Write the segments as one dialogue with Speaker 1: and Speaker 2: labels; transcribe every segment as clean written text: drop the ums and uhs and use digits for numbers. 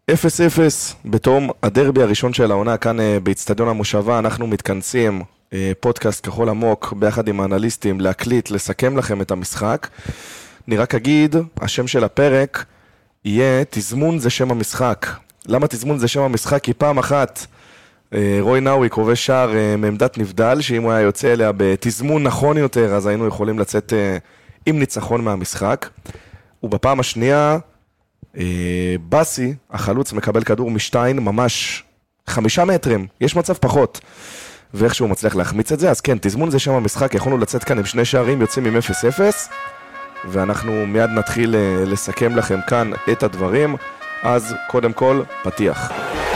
Speaker 1: 0-0 בתום הדרבי הראשון של העונה כאן באצטדיון המושבה. אנחנו מתכנסים פודקאסט כחול עמוק ביחד עם האנליסטים להקליט, לסכם לכם את המשחק. אני רק אגיד, השם של הפרק יהיה תזמון זה שם המשחק. למה תזמון זה שם המשחק? כי פעם אחת רוי נאווי כובש שער מעמדת נבדל, שאם הוא היה יוצא אליה בתזמון נכון יותר, אז היינו יכולים לצאת עם ניצחון מהמשחק. ובפעם השנייה בסי, החלוץ, מקבל כדור משטיין, ממש 5 מטרים, יש מצב פחות, ואיכשהו הוא מצליח להחמיץ את זה. אז כן, תזמון זה שם המשחק, יכולנו לצאת כאן עם 2 שערים, יוצאים עם 0-0, ואנחנו מיד נתחיל לסכם לכם כאן את הדברים. אז קודם כל, פתיח.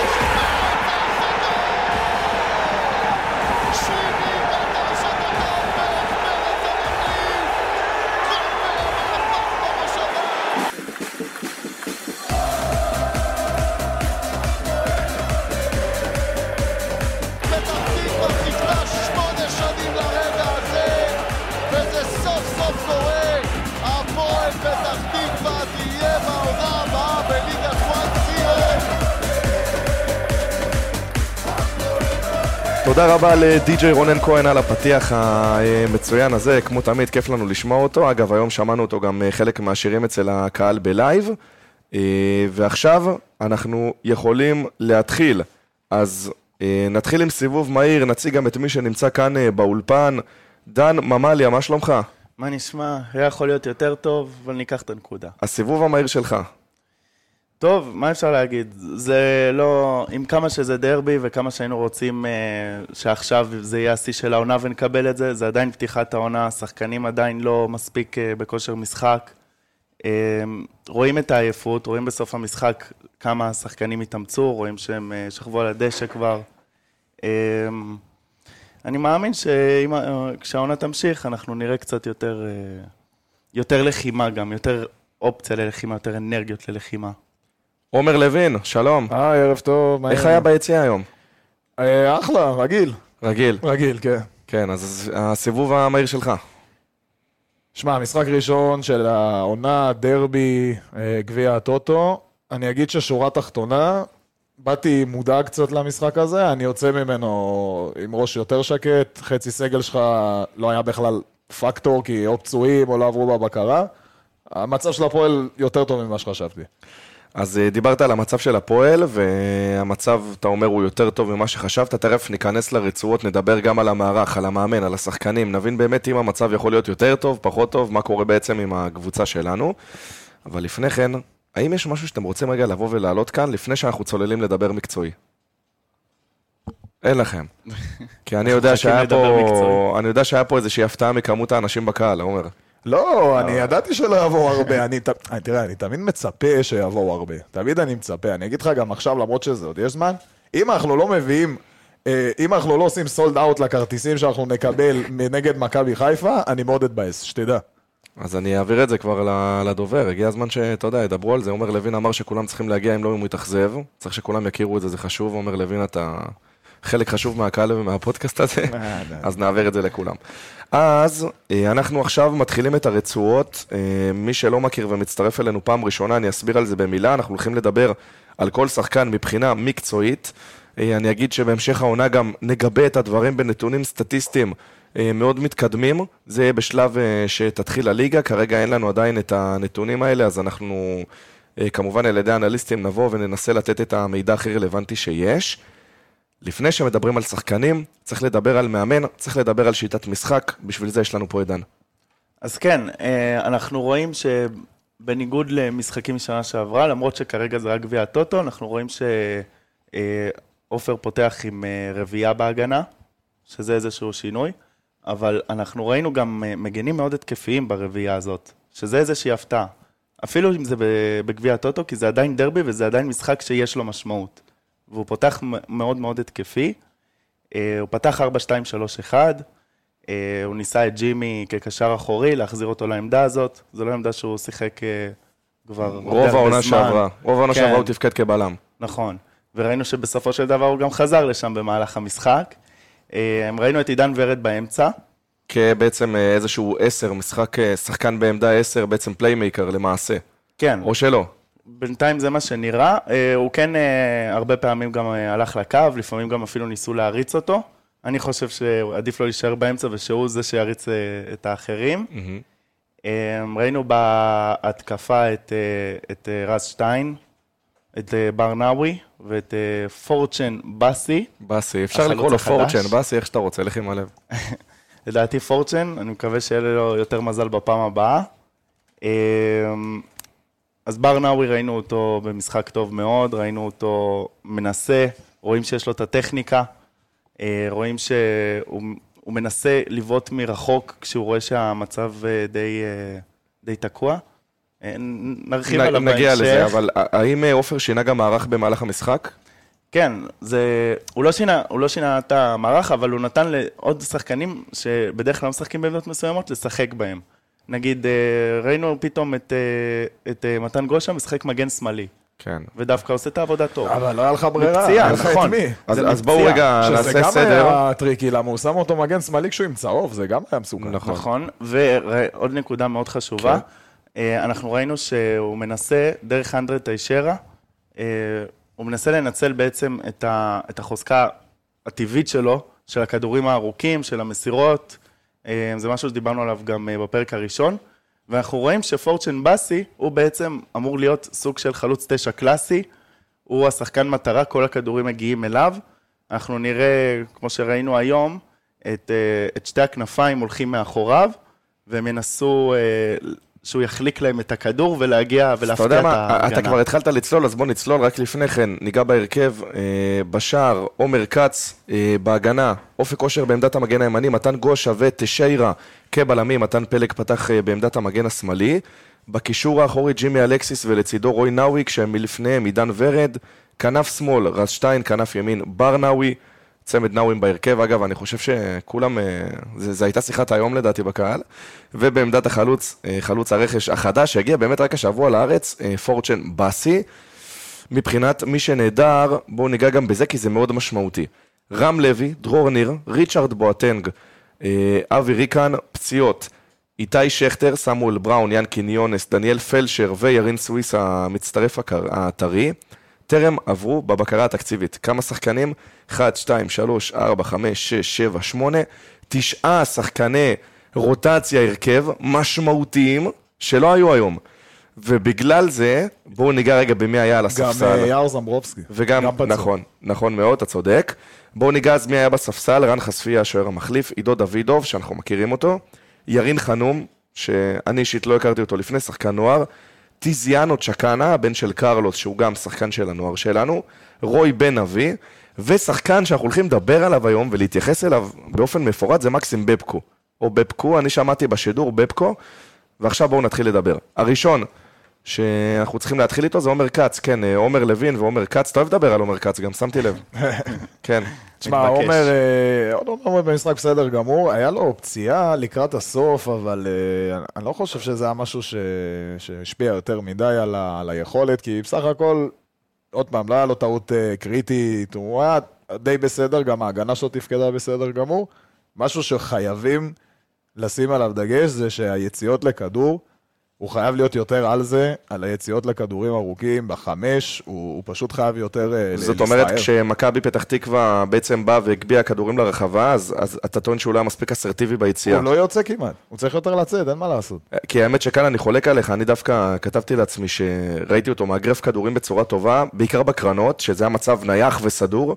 Speaker 1: תודה רבה לדי.ג'יי רונן כהן על הפתיח המצוין הזה, כמו תמיד כיף לנו לשמוע אותו. אגב, היום שמענו אותו גם חלק מהשירים אצל הקהל בלייב, ועכשיו אנחנו יכולים להתחיל. אז נתחיל עם סיבוב מהיר, נציג גם את מי שנמצא כאן באולפן. דן ממליה, מה שלומך?
Speaker 2: מה נשמע? היה יכול להיות יותר טוב, אבל ניקח את הנקודה.
Speaker 1: הסיבוב המהיר שלך.
Speaker 2: טוב, מה אפשר להגיד? זה לא, עם כמה שזה דרבי וכמה שהיינו רוצים שעכשיו זה יהיה השיא של העונה ונקבל את זה, זה עדיין פתיחת העונה, השחקנים עדיין לא מספיק בכושר משחק. רואים את העייפות, רואים בסוף המשחק כמה השחקנים התאמצו, רואים שהם שכבו על הדשא כבר. אני מאמין שכשהעונה תמשיך אנחנו נראה קצת יותר לחימה גם, יותר אופציה ללחימה, יותר אנרגיות ללחימה.
Speaker 1: עומר לוין, שלום.
Speaker 3: ערב טוב.
Speaker 1: איך היה ביציאה היום?
Speaker 3: אחלה, רגיל.
Speaker 1: רגיל,
Speaker 3: כן.
Speaker 1: כן, אז הסיבוב המהיר שלך.
Speaker 3: שמע, משחק ראשון של העונה, דרבי, גביע הטוטו. אני אגיד ששורה תחתונה, באתי מודאג קצת למשחק הזה, אני יוצא ממנו עם ראש יותר שקט, חצי סגל שלך לא היה בכלל פקטור, כי או פצועים או לא עברו בבקרה. המצב של הפועל יותר טוב ממה שחשבתי.
Speaker 1: אז דיברת על המצב של הפועל, והמצב, אתה אומר, הוא יותר טוב ממה שחשבת. תכף ניכנס לרצועות, נדבר גם על המערך, על המאמן, על השחקנים, נבין באמת אם המצב יכול להיות יותר טוב, פחות טוב, מה קורה בעצם עם הקבוצה שלנו. אבל לפני כן, האם יש משהו שאתם רוצים רגע לבוא ולעלות כאן, לפני שאנחנו צוללים לדבר מקצועי? אין לכם. כי אני יודע שהיה פה איזושהי הפתעה מכמות האנשים בקהל, עומר.
Speaker 3: לא, אני ידעתי שלא יבואו הרבה, תראה, אני תמיד מצפה שיבואו הרבה, תמיד אני מצפה, אני אגיד לך גם עכשיו, למרות שזה עוד יש זמן, אם אנחנו לא מביאים, אם אנחנו לא עושים סולד אאוט לכרטיסים שאנחנו נקבל נגד מכבי חיפה, אני מאוד אתבאס, שתדע.
Speaker 1: אז אני אעביר את זה כבר לדובר, הגיע הזמן שאתה יודע, ידברו על זה. עומר לוין אמר שכולם צריכים להגיע אם לא הוא יתאכזב, צריך שכולם יכירו את זה, זה חשוב. עומר לוין, אתה חלק חשוב מהקהל ומהפודקאסט הזה, אז נעביר את זה לכולם. אז אנחנו עכשיו מתחילים את הרצועות. מי שלא מכיר ומצטרף אלינו פעם ראשונה, אני אסביר על זה במילה. אנחנו הולכים לדבר על כל שחקן מבחינה מקצועית. אני אגיד שבהמשך העונה גם נגבה את הדברים בנתונים סטטיסטיים מאוד מתקדמים. זה יהיה בשלב שתתחיל הליגה, כרגע אין לנו עדיין את הנתונים האלה, אז אנחנו כמובן על ידי האנליסטים נבוא וננסה לתת את המידע הכי רלוונטי שיש. לפני שמדברים על שחקנים, צריך לדבר על מאמן, צריך לדבר על שיטת משחק, בשביל זה יש לנו פה עדן.
Speaker 2: אז כן, אנחנו רואים שבניגוד למשחקים משנה שעברה, למרות שכרגע זה רק גביע הטוטו, אנחנו רואים שאופר פותח עם רביעייה בהגנה, שזה איזשהו שינוי, אבל אנחנו ראינו גם מגנים מאוד התקפיים ברביעייה הזאת, שזה איזושהי הפתעה. אפילו אם זה בגביע הטוטו, כי זה עדיין דרבי וזה עדיין משחק שיש לו משמעות. והוא פותח מאוד מאוד התקפי, הוא פתח 4-2-3-1, הוא ניסה את ג'ימי כקשר אחורי, להחזיר אותו לעמדה הזאת, זו לא עמדה שהוא שיחק כבר
Speaker 1: רוב העונה שעברה, הוא תפקד כבלם.
Speaker 2: נכון, וראינו שבסופו של דבר הוא גם חזר לשם במהלך המשחק, ראינו את עידן ורד באמצע.
Speaker 1: כבעצם איזשהו 10, משחק, שחקן בעמדה 10, בעצם פליימייקר למעשה.
Speaker 2: כן.
Speaker 1: או שלא.
Speaker 2: בינתיים זה מה שנראה. הוא כן הרבה פעמים גם הלך לקו, לפעמים גם אפילו ניסו להריץ אותו. אני חושב שעדיף לו להישאר באמצע ושהוא זה שיריץ את האחרים. ראינו בהתקפה את רז שטיין, את ברנאווי ואת פורצ'ן בסי.
Speaker 1: בסי, אפשר לקרוא לו פורצ'ן, בסי, איך שאתה רוצה, לכי עם הלב.
Speaker 2: לדעתי פורצ'ן, אני מקווה שיהיה לו יותר מזל בפעם הבאה. אז ברנאווי ראינו אותו במשחק טוב מאוד, ראינו אותו מנסה, רואים שיש לו את הטכניקה, רואים שהוא מנסה לבעוט מרחוק כשהוא רואה שהמצב די תקוע. נרחיב עליו בהמשך.
Speaker 1: נגיע לזה, אבל האם עופר שינה גם מערך במהלך המשחק?
Speaker 2: כן, הוא לא שינה את המערך, אבל הוא נתן לעוד שחקנים שבדרך כלל משחקים בעמדות מסוימות לשחק בהם. נגיד, ראינו פתאום את מתן גושה משחק מגן שמאלי.
Speaker 1: כן.
Speaker 2: ודווקא עושה את העבודה טוב.
Speaker 3: אבל לא היה לך ברירה.
Speaker 2: מפציע, נכון.
Speaker 1: אז בואו רגע נעשה סדר.
Speaker 3: שזה גם היה טריקי, למה הוא שם אותו מגן שמאלי כשהוא עם צהוב, זה גם היה מסוכן.
Speaker 2: נכון, ועוד נקודה מאוד חשובה, אנחנו ראינו שהוא מנסה, דרך אנדרה טיישרה, הוא מנסה לנצל בעצם את החוזקה הטבעית שלו, של הכדורים הארוכים, של המסירות, זה משהו שדיברנו עליו גם בפרק הראשון, ואנחנו רואים שפורצ'ן בסי הוא בעצם אמור להיות סוג של חלוץ 9 קלאסי, הוא השחקן מטרה, כל הכדורים מגיעים אליו, אנחנו נראה, כמו שראינו היום, את שתי הכנפיים הולכים מאחוריו, והם ינסו שהוא יחליק להם את הכדור ולהגיע ולהפתיע את ההגנה.
Speaker 1: אתה כבר התחלת לצלול, אז בוא נצלול רק לפני כן, ניגע בהרכב, בשער, עומר קץ בהגנה, אופק כושר בעמדת המגן הימני, מתן גושה ותשיירה כבלמים, מתן פלג פתח בעמדת המגן השמאלי, בקישור האחורי ג'ימי אלקסיס ולצידו רוי נאווי, כשהם מלפניהם עידן ורד, כנף שמאל רז שטיין, כנף ימין בר נאווי, צמד נאווים בהרכב, אגב, אני חושב שכולם, זה הייתה שיחת היום לדעתי בקהל, ובעמדת החלוץ, חלוץ הרכש החדש, שהגיע באמת רק השבוע לארץ, פורצ'ן בסי, מבחינת מי שנהדר, בואו ניגע גם בזה, כי זה מאוד משמעותי. רם לוי, דרור ניר, ריצ'רד בואטנג, אבי ריקן, פציעות, איתי שכטר, סמואל בראון, ינקין יונס, דניאל פלשר וירין סוויס המצטרף הטרי, טרם עברו בבקרה התקציבית. כמה שחקנים? 1, 2, 3, 4, 5, 6, 7, 8, 9 שחקני רוטציה הרכב משמעותיים שלא היו היום. ובגלל זה, בואו ניגע רגע במי היה על הספסל.
Speaker 3: גם יאור זמברובסקי.
Speaker 1: וגם, נכון מאוד, אתה צודק. בואו ניגע אז מי היה בספסל, רן חשפי השוער המחליף, עידו דוידוב, שאנחנו מכירים אותו, ירין חנום, שאני אישית לא הכרתי אותו לפני, שחקן נוער, טיזיאנו צ'קנה, הבן של קרלוס, שהוא גם שחקן של הנוער שלנו, רוי בן אבי, ושחקן שאנחנו הולכים לדבר עליו היום ולהתייחס אליו באופן מפורט, זה מקסים בבקו, או בבקו, אני שמעתי בשידור בבקו, ועכשיו בואו נתחיל לדבר. הראשון שאנחנו צריכים להתחיל איתו זה עומר קץ, כן, עומר לוין ועומר קץ, אתה אוהב לדבר על עומר קץ, גם שמתי לב. כן.
Speaker 3: תשמע, עומר במשחק בסדר גמור, היה לו פציעה לקראת הסוף, אבל אני לא חושב שזה היה משהו שהשפיע יותר מדי על היכולת, כי בסך הכל, עוד פעם, לא היה לו טעות קריטית, הוא היה די בסדר, גם ההגנה שלו תפקדה בסדר גמור, משהו שחייבים לשים עליו דגש זה שהיציאות לכדור, הוא חייב להיות יותר על זה, על היציאות לכדורים ארוכים, בחמש, הוא פשוט חייב יותר להסתער.
Speaker 1: זאת אומרת, כשמכבי פתח תקווה בעצם בא והגביע כדורים לרחבה, אז אתה טוען שהוא לא היה מספיק אסרטיבי ביציאה.
Speaker 3: הוא לא יוצא כמעט, הוא צריך יותר לצאת, אין מה לעשות.
Speaker 1: כי האמת שכאן אני חולק עליך, אני דווקא כתבתי לעצמי שראיתי אותו מאגרף כדורים בצורה טובה, בעיקר בקרנות, שזה המצב נייח וסדור,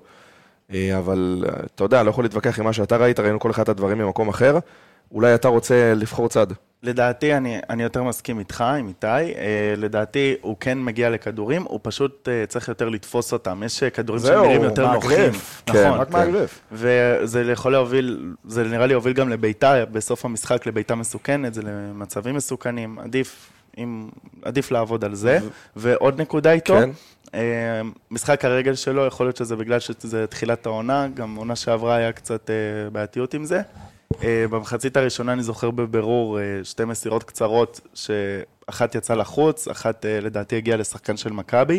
Speaker 1: אבל אתה יודע, לא יכול להתווכח עם מה שאתה ראית, ראינו כל אחד את הדברים ממקום אחר, אולי אתה רוצה לבחור צד.
Speaker 2: לדעתי, אני יותר מסכים איתך, עם איתי, לדעתי הוא כן מגיע לכדורים, הוא פשוט צריך יותר לתפוס אותם, יש כדורים שנראים יותר נוחים.
Speaker 3: נכון, רק מאגרף.
Speaker 2: וזה יכול להוביל, זה נראה לי הוביל גם לביתה, בסוף המשחק לביתה מסוכנת, זה למצבים מסוכנים, עדיף לעבוד על זה. ועוד נקודה איתו, משחק הרגל שלו, יכול להיות שזה בגלל שזה תחילת העונה, גם עונה שעברה היה קצת בעייתיות עם זה. במחצית הראשונה אני זוכר בבירור 2 מסירות קצרות שאחת יצאה לחוץ, אחת לדעתי הגיעה לשחקן של מכבי.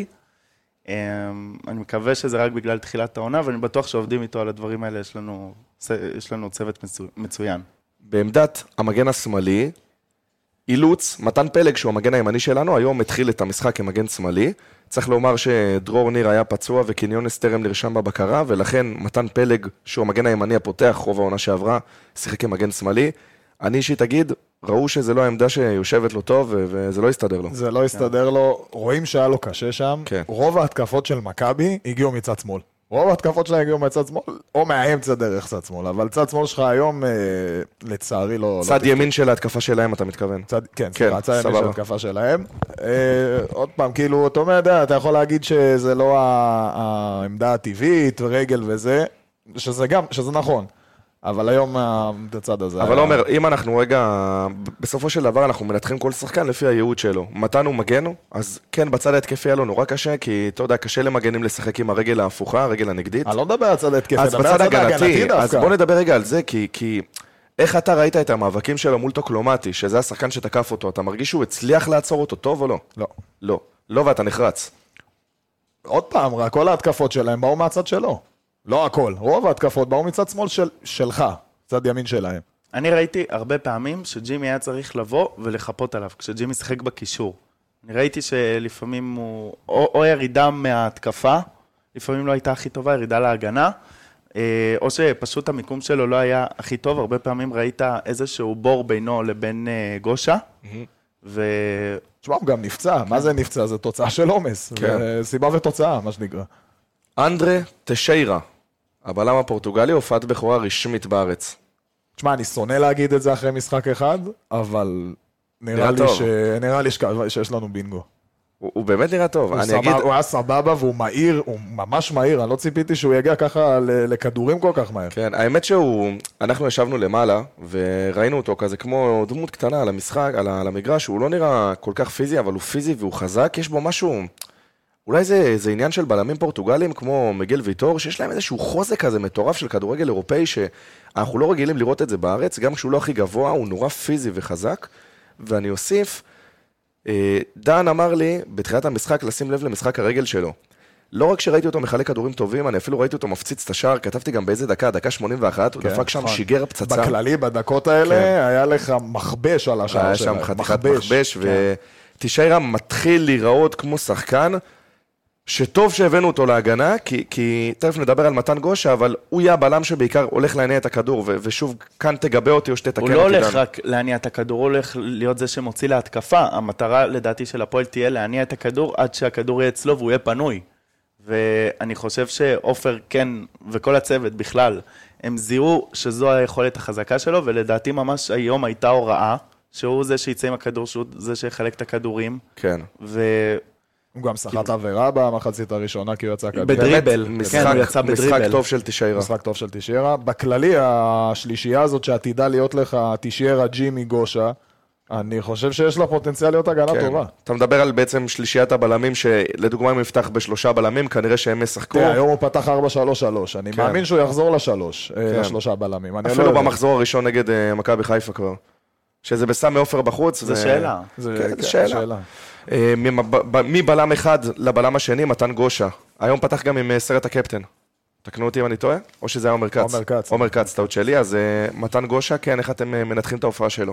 Speaker 2: אני מקווה שזה רק בגלל תחילת העונה, ואני בטוח שעובדים איתו על הדברים האלה, יש לנו צוות מצוין.
Speaker 1: בעמדת המגן השמאלי, אילוץ, מתן פלג, שהוא המגן הימני שלנו, היום התחיל את המשחק כמגן שמאלי. צריך לומר שדרור ניר היה פצוע וקיניונס טרם נרשם בבקרה, ולכן מתן פלג, שהוא המגן הימני הפותח, רוב העונה שעברה, שיחק כמגן שמאלי. אני אישית אגיד, ראו שזה לא העמדה שיושבת לו טוב, וזה לא הסתדר לו.
Speaker 3: זה לא הסתדר לו, רואים שהיה לו קשה שם.
Speaker 1: כן.
Speaker 3: רוב ההתקפות של מכבי הגיעו מצד שמאל. רוב ההתקפות שלה הגיעו מצד שמאל, או מהאמצע דרך צד שמאל, אבל צד שמאל שלך היום, לצערי, לא...
Speaker 1: צד ימין של ההתקפה שלהם, אתה מתכוון.
Speaker 3: כן, סליחה, צד ימין של ההתקפה שלהם. עוד פעם, כאילו, אתה יכול להגיד שזה לא העמדה הטבעית, רגל וזה, שזה נכון. אבל היום הצד הזה...
Speaker 1: אבל אומר, אם אנחנו רגע, בסופו של דבר אנחנו מנתחים כל שחקן לפי הייעוד שלו. מתן הוא מגן, אז כן, בצד ההתקפי היה לו נורא קשה, כי אתה יודע, קשה למגנים לשחק עם הרגל ההפוכה, הרגל הנגדית.
Speaker 3: אני לא מדבר על צד ההתקפי,
Speaker 1: אז בצד הגנתי, אז בוא נדבר רגע על זה, כי איך אתה ראית את המאבקים שלו מול טוקלומטי, שזה השחקן שתקף אותו, אתה מרגיש שהוא הצליח לעצור אותו טוב או לא?
Speaker 3: לא.
Speaker 1: לא. לא, ואתה נחרץ.
Speaker 3: עוד פעם, רק כל ההתקפות שלהם באו מהצד שלו. לא הכל, רוב ההתקפות באו מצד שמאל שלך, צד ימין שלהם.
Speaker 2: אני ראיתי הרבה פעמים שג'ימי היה צריך לבוא ולחפות עליו, כשג'ימי שחק בקישור. אני ראיתי שלפעמים הוא, או ירידה מההתקפה, לפעמים לא הייתה הכי טובה, ירידה להגנה, או שפשוט המיקום שלו לא היה הכי טוב, הרבה פעמים ראית איזשהו בור בינו לבין גושה,
Speaker 3: תשמע, הוא גם נפצע, מה זה נפצע? זה תוצאה של עומס, סיבה ותוצאה, מה שנקרא.
Speaker 1: אנדרה טשיירה, הבלם הפורטוגלי, הופעת בכורה רשמית בארץ.
Speaker 3: תשמע, אני שונא להגיד את זה אחרי משחק אחד, אבל נראה לי שיש לנו בינגו.
Speaker 1: הוא באמת נראה טוב.
Speaker 3: הוא היה סבבה והוא מהיר, הוא ממש מהיר, אני לא ציפיתי שהוא יגיע ככה לכדורים כל כך מהר.
Speaker 1: כן, האמת אנחנו ישבנו למעלה, וראינו אותו כזה כמו דמות קטנה על המשחק, על המגרש, הוא לא נראה כל כך פיזי, אבל הוא פיזי והוא חזק, יש בו משהו... אולי זה עניין של בלמים פורטוגלים כמו מיגל ויטור, שיש להם איזשהו חוזק כזה מטורף של כדורגל אירופאי, שאנחנו לא רגילים לראות את זה בארץ, גם כשהוא לא הכי גבוה, הוא נורא פיזי וחזק. ואני אוסיף, דן אמר לי בתחילת המשחק לשים לב למשחק הרגל שלו. לא רק שראיתי אותו מחלק כדורים טובים, אני אפילו ראיתי אותו מפציץ את השער, כתבתי גם באיזה דקה 81, הוא דפק שם שיגר פצצה.
Speaker 3: בכללי, בדקות האלה, היה לך מחבש על השער שלהם.
Speaker 1: היה שם חתיכת מחבש, ותשיירה מתחיל להיראות כמו שחקן, שטוב שהבאנו אותו להגנה, כי תכף נדבר על מתן גושה, אבל הוא יהיה הבלם שבעיקר הולך להניע את הכדור, ושוב, כאן תגבה אותי או שתתקן אותי.
Speaker 2: הוא לא הולך רק להניע את הכדור, הוא הולך להיות זה שמוציא להתקפה. המטרה לדעתי של הפועל תהיה להניע את הכדור, עד שהכדור יהיה אצלו והוא יהיה פנוי. ואני חושב שאופר כן, וכל הצוות בכלל, הם זיהו שזו היכולת החזקה שלו, ולדעתי ממש היום הייתה הוראה, שהוא זה שיצא עם הכדור, שהוא זה שיחלק את הכדורים.
Speaker 1: כן.
Speaker 3: הוא גם שחט עבירה במחצית הראשונה, כי הוא יצא כדור.
Speaker 2: בדריבל, כן, הוא יצא בדריבל.
Speaker 1: משחק טוב של תשיירה.
Speaker 3: משחק טוב של תשיירה. בכללי, השלישייה הזאת שעתידה להיות לך, תשיירה, ג'ימי, גושה, אני חושב שיש לה פוטנציאל להיות הגנה טובה.
Speaker 1: אתה מדבר על בעצם שלישיית הבלמים, שלדוגמה אם יפתח בשלושה בלמים, כנראה שהם משחקו.
Speaker 3: היום הוא פתח 4-3-3. אני מאמין שהוא יחזור לשלושה בלמים.
Speaker 1: אפילו במחזור הראשון נגד מכבי חיפה כבר. שזה בסמי עופר בחוץ.
Speaker 2: זה שאלה.
Speaker 1: זה שאלה. מבלם אחד לבלם השני, מתן גושה. היום פתח גם עם סרט הקפטן. תקנו אותי אם אני טועה? או שזה היה עומר כץ? עומר כץ, טעות שלי. אז מתן גושה, כן, איך אתם מנתחים את ההופעה שלו?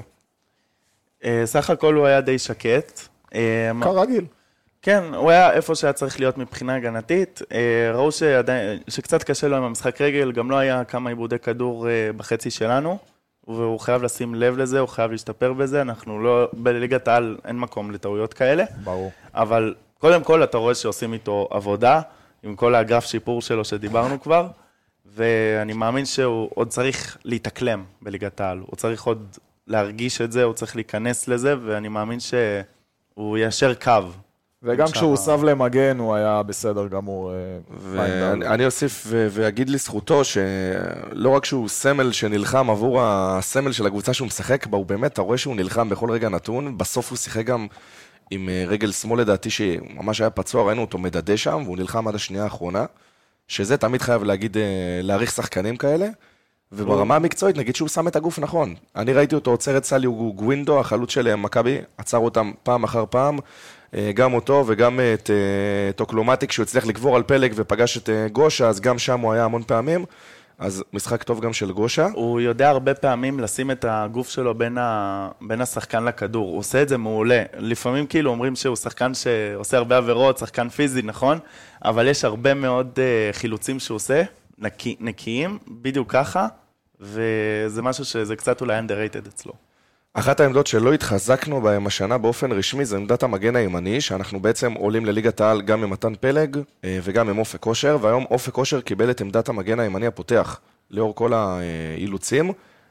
Speaker 2: סך הכל הוא היה די שקט.
Speaker 3: כרגיל.
Speaker 2: כן, הוא היה איפה שהיה צריך להיות מבחינה הגנתית. ראו שקצת קשה לו עם המשחק רגל, גם לא היה כמה עיבודי כדור בחצי שלנו. והוא חייב לשים לב לזה, הוא חייב להשתפר בזה, אנחנו לא, בליגת העל אין מקום לטעויות כאלה.
Speaker 3: ברור.
Speaker 2: אבל קודם כל אתה רואה שעושים איתו עבודה, עם כל הגרף שיפור שלו שדיברנו כבר, ואני מאמין שהוא עוד צריך להתאקלם בליגת העל, הוא צריך עוד להרגיש את זה, הוא צריך להיכנס לזה, ואני מאמין שהוא יישר קו.
Speaker 3: וגם כשהוא סב למגן, הוא היה בסדר גמור.
Speaker 1: ואני אוסיף ואגיד לזכותו שלא רק שהוא סמל שנלחם עבור הסמל של הקבוצה שהוא משחק בה, הוא באמת, אתה רואה שהוא נלחם בכל רגע נתון, בסוף הוא שיחק גם עם רגל שמאל לדעתי שממש היה פצוע, ראינו אותו מדדה שם, והוא נלחם עד השנייה האחרונה, שזה תמיד חייב להעריך שחקנים כאלה, וברמה המקצועית נגיד שהוא שם את הגוף נכון. אני ראיתי אותו עוצר את סלי גווינדו, החלוץ של מכבי, עצר אותם פעם אחר פעם, גם אותו וגם את טוקלומטיק, שהוא הצליח לגבור על פלג ופגש את גושה, אז גם שם הוא היה המון פעמים, אז משחק טוב גם של גושה.
Speaker 2: הוא יודע הרבה פעמים לשים את הגוף שלו בין השחקן לכדור. הוא עושה את זה מעולה. לפעמים כאילו אומרים שהוא שחקן שעושה הרבה עבירות, שחקן פיזי, נכון? אבל יש הרבה מאוד חילוצים שהוא עושה, נקיים, בדיוק ככה, וזה משהו שזה קצת אולי underrated אצלו.
Speaker 1: אחת העמדות שלא התחזקנו בהם השנה באופן רשמי, זה עמדת המגן הימני, שאנחנו בעצם עולים לליגת העל גם עם מתן פלג וגם עם אופק כושר, והיום אופק כושר קיבל את עמדת המגן הימני הפותח, לאור כל האילוצים.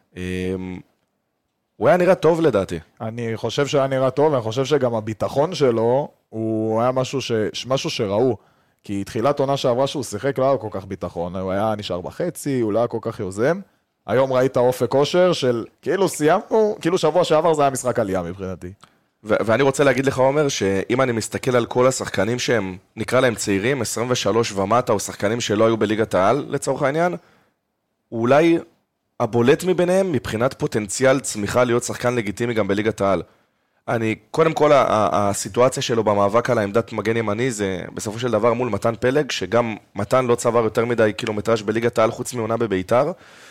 Speaker 1: הוא היה נראה טוב לדעתי.
Speaker 3: אני חושב שהיה נראה טוב, ואני חושב שגם הביטחון שלו, הוא היה משהו שראו. כי תחילת עונה שעברה שהוא שיחק, לא היה כל כך ביטחון, הוא היה נשאר בחצי, הוא לא היה כל כך יוזם. היום ראית אופק כושר של כאילו סיימנו, כאילו שבוע שעבר זה היה משחק עלייה מבחינתי.
Speaker 1: ואני רוצה להגיד לך, עומר, שאם אני מסתכל על כל השחקנים שהם, נקרא להם צעירים, 23 ומטה, או שחקנים שלא היו בליגת העל, לצורך העניין, אולי הבולט מביניהם, מבחינת פוטנציאל צמיחה להיות שחקן לגיטימי גם בליגת העל. קודם כל, הסיטואציה שלו במאבק על העמדת מגן ימני, זה בסופו של דבר מול מתן פלג, שגם מתן לא צבר יותר מדי קילומטראז' בליגת העל חוץ מעונה בביתר,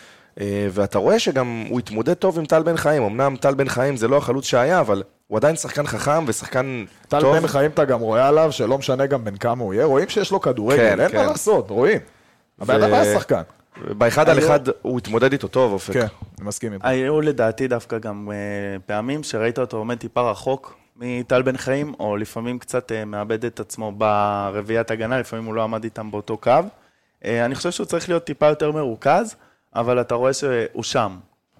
Speaker 1: ואתה רואה שגם הוא התמודד טוב עם טל בן חיים. אמנם טל בן חיים זה לא החלוץ שהיה, אבל הוא עדיין שחקן חכם ושחקן טוב.
Speaker 3: טל בן חיים אתה גם רואה עליו, שלא משנה גם בין כמה הוא יהיה, רואים שיש לו כדורגל, אין מה לעשות, רואים. אבל אתה היה שחקן.
Speaker 1: באחד על אחד הוא התמודד איתו טוב, אופק.
Speaker 3: כן, אני מסכים איתו.
Speaker 2: היו לדעתי דווקא גם פעמים שראית אותו עומד טיפה רחוק מטל בן חיים, או לפעמים קצת מאבד את עצמו ברביעיית הגנה, לפעמים הוא לא עמד איתם באותו קו. אני חושב שהוא צריך להיות טיפה יותר מרוכז, אבל אתה רואה שהוא שם.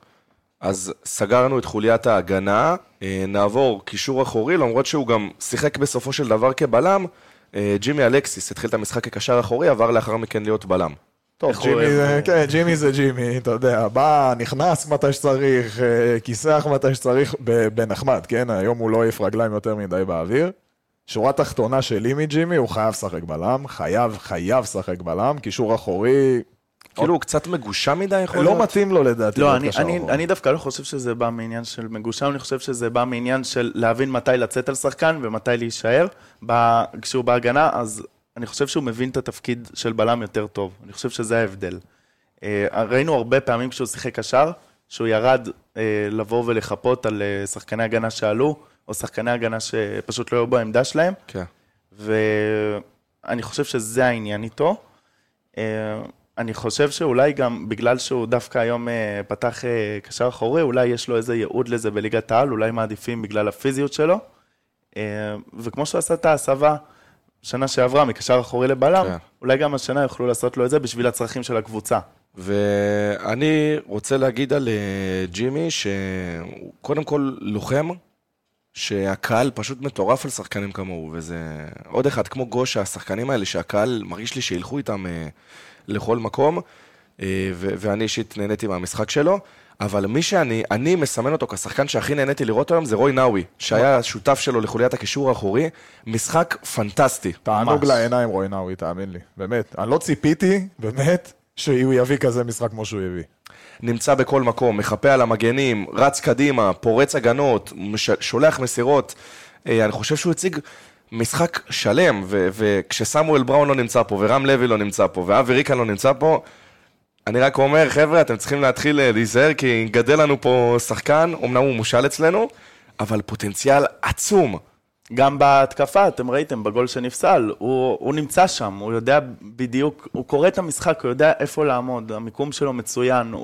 Speaker 1: אז סגרנו את חוליית ההגנה, נעבור קישור אחורי, למרות שהוא גם שיחק בסופו של דבר כבלם, ג'ימי אלקסיס התחיל את המשחק כקשר אחורי, עבר לאחר מכן להיות בלם.
Speaker 3: טוב, ג'ימי זה ג'ימי, אתה יודע, בא, נכנס מתי שצריך, כיסח מתי שצריך, בנחמד, כן? היום הוא לא יף רגליים יותר מדי באוויר. שורה תחתונה שלי מג'ימי, הוא חייב לשחק בלם, חייב לשחק בלם, קישור אחורי.
Speaker 1: כאילו הוא קצת מגושם מדי יכול
Speaker 3: לא
Speaker 1: להיות?
Speaker 3: מתאים לו לדעתי.
Speaker 2: לא, אני דווקא לא חושב שזה בא מעניין של מגושם, אני חושב שזה בא מעניין של להבין מתי לצאת על שחקן ומתי להישאר. כשהוא בהגנה, אז אני חושב שהוא מבין את התפקיד של בלם יותר טוב. אני חושב שזה ההבדל. ראינו הרבה פעמים כשהוא שיחק קשר, שהוא ירד לבוא ולחפות על שחקני הגנה שעלו, או שחקני הגנה שפשוט לא היו בעמדה שלהם.
Speaker 1: כן.
Speaker 2: ואני חושב שזה העניין איתו. אני חושב שאולי גם בגלל שהוא דווקא היום פתח קשר אחורי, אולי יש לו איזה ייעוד לזה בליגת העל, אולי מעדיפים בגלל הפיזיות שלו. וכמו שהוא עשה את ההסבה שנה שעברה מקשר אחורי לבלם, כן. אולי גם השנה יוכלו לעשות לו את זה בשביל הצרכים של הקבוצה.
Speaker 1: ואני רוצה להגיד על ג'ימי, שקודם כל לוחם, שהקהל פשוט מטורף על שחקנים כמוהו, וזה עוד אחד, כמו גוש, השחקנים האלה שהקהל מרגיש לי שילכו איתם לכל מקום, ואני אישית נהניתי מהמשחק שלו, אבל מי אני מסמן אותו כשחקן שהכי נהניתי לראות היום, זה רוי נאווי, שהיה שותף שלו לחוליית הקישור האחורי, משחק פנטסטי.
Speaker 3: תענוג לעיניים רוי נאווי, תאמין לי, באמת. אני לא ציפיתי, באמת, שהוא יביא כזה משחק כמו שהוא יביא.
Speaker 1: נמצא בכל מקום, מחפה על המגנים, רץ קדימה, פורץ הגנות, שולח מסירות. אני חושב שהוא הציג משחק שלם, וכשסמואל בראון לא נמצא פה, ורם לוי לא נמצא פה, ואבי ריקן לא נמצא פה, אני רק אומר, חבר'ה, אתם צריכים להתחיל להיזהר, כי גדל לנו פה שחקן, אמנם הוא מושל אצלנו, אבל פוטנציאל עצום.
Speaker 2: גם בהתקפה, אתם ראיתם, בגול שנפסל, הוא נמצא שם, הוא יודע בדיוק, הוא קורא את המשחק, הוא יודע איפה לעמוד, המיקום שלו מצוין,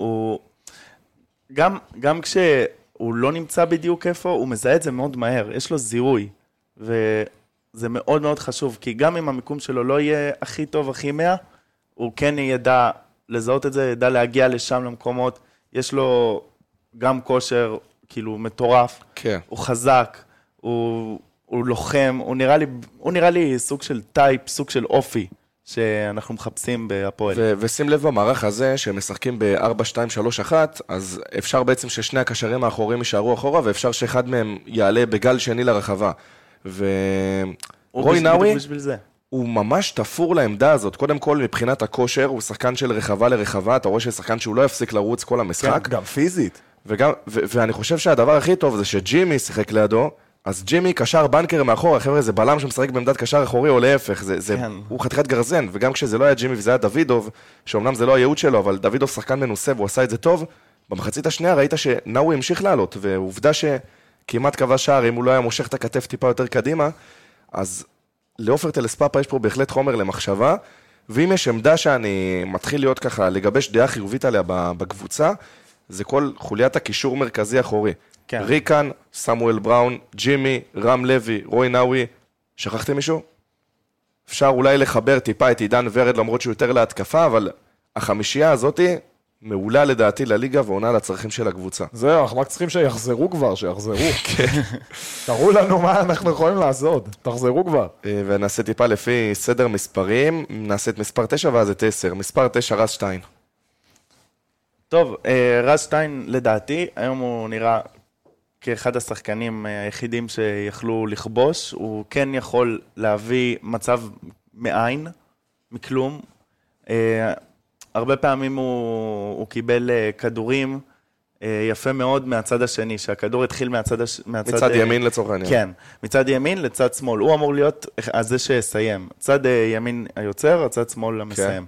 Speaker 2: גם כשהוא לא נמצא בדיוק איפה, הוא מזהה את זה מאוד מהר, יש לו זיהוי, וזה מאוד מאוד חשוב, כי גם אם המיקום שלו לא יהיה הכי טוב, הכי 100, הוא כן ידע לזהות את זה, ידע להגיע לשם למקומות, יש לו גם כושר, כאילו, מטורף,
Speaker 1: כן.
Speaker 2: הוא חזק, הוא לוחם, הוא נראה לי סוג של טייפ, סוג של אופי, שאנחנו מחפשים בהפועל.
Speaker 1: ושים לב במערך הזה, שהם משחקים ב-4-2-3-1, אז אפשר בעצם ששני הקשרים האחוריים יישארו אחורה, ואפשר שאחד מהם יעלה בגל שני לרחבה. ורוי נאווי, הוא ממש תפור לעמדה הזאת. קודם כל, מבחינת הכושר, הוא שחקן של רחבה לרחבה, אתה רואה ששחקן שהוא לא יפסיק לרוץ כל המשחק.
Speaker 3: כן, גם פיזית.
Speaker 1: ואני חושב שהדבר הכי טוב זה שג'ימי שיחק לידו, אז ג'ימי קשר בנקר מאחור, חבר'ה, זה בלם שמשחק בעמדת קשר אחורי או להפך,
Speaker 2: כן.
Speaker 1: הוא חתיכת גרזן, וגם כשזה לא היה ג'ימי וזה היה דוידוב, שאומנם זה לא הייעוד שלו, אבל דוידוב שחקן מנוסה והוא עשה את זה טוב, במחצית השנייה ראית שנאווי המשיך לעלות, ועובדה שכמעט קבע שער, אם הוא לא היה מושך את הכתף טיפה יותר קדימה, אז לעופר טלספאפה יש פה בהחלט חומר למחשבה, ואם יש עמדה שאני מתחיל להיות ככה, לגבש דעה חיובית עליה בקבוצה, זה כל חוליית הקישור מרכזי אחורי.
Speaker 2: כן.
Speaker 1: ריקן, סמואל בראון, ג'ימי, רם לוי, רוי נאווי, שכחתם מישהו? אפשר אולי לחבר טיפה את עידן ורד, למרות שהוא יותר להתקפה, אבל החמישייה הזאת מעולה לדעתי לליגה ועונה לצרכים של הקבוצה.
Speaker 3: זהו, אנחנו רק צריכים שיחזרו כבר, שיחזרו. תראו לנו מה אנחנו יכולים לעשות, תחזרו כבר.
Speaker 1: ונעשה טיפה לפי סדר מספרים, נעשה את מספר 9 ואז את 10. מספר 9, רז שטיין.
Speaker 2: טוב, רז שטיין לדעתי, היום הוא נראה כאחד השחקנים היחידים שיכלו לכבוש, הוא כן יכול להביא מצב מאין, מכלום. הרבה פעמים הוא קיבל כדורים יפה מאוד מהצד השני, שהכדור התחיל
Speaker 1: מצד ימין לצורך העניין.
Speaker 2: כן, מצד ימין לצד שמאל. הוא אמור להיות זה שיסיים. צד ימין היוצר, הצד שמאל המסיים.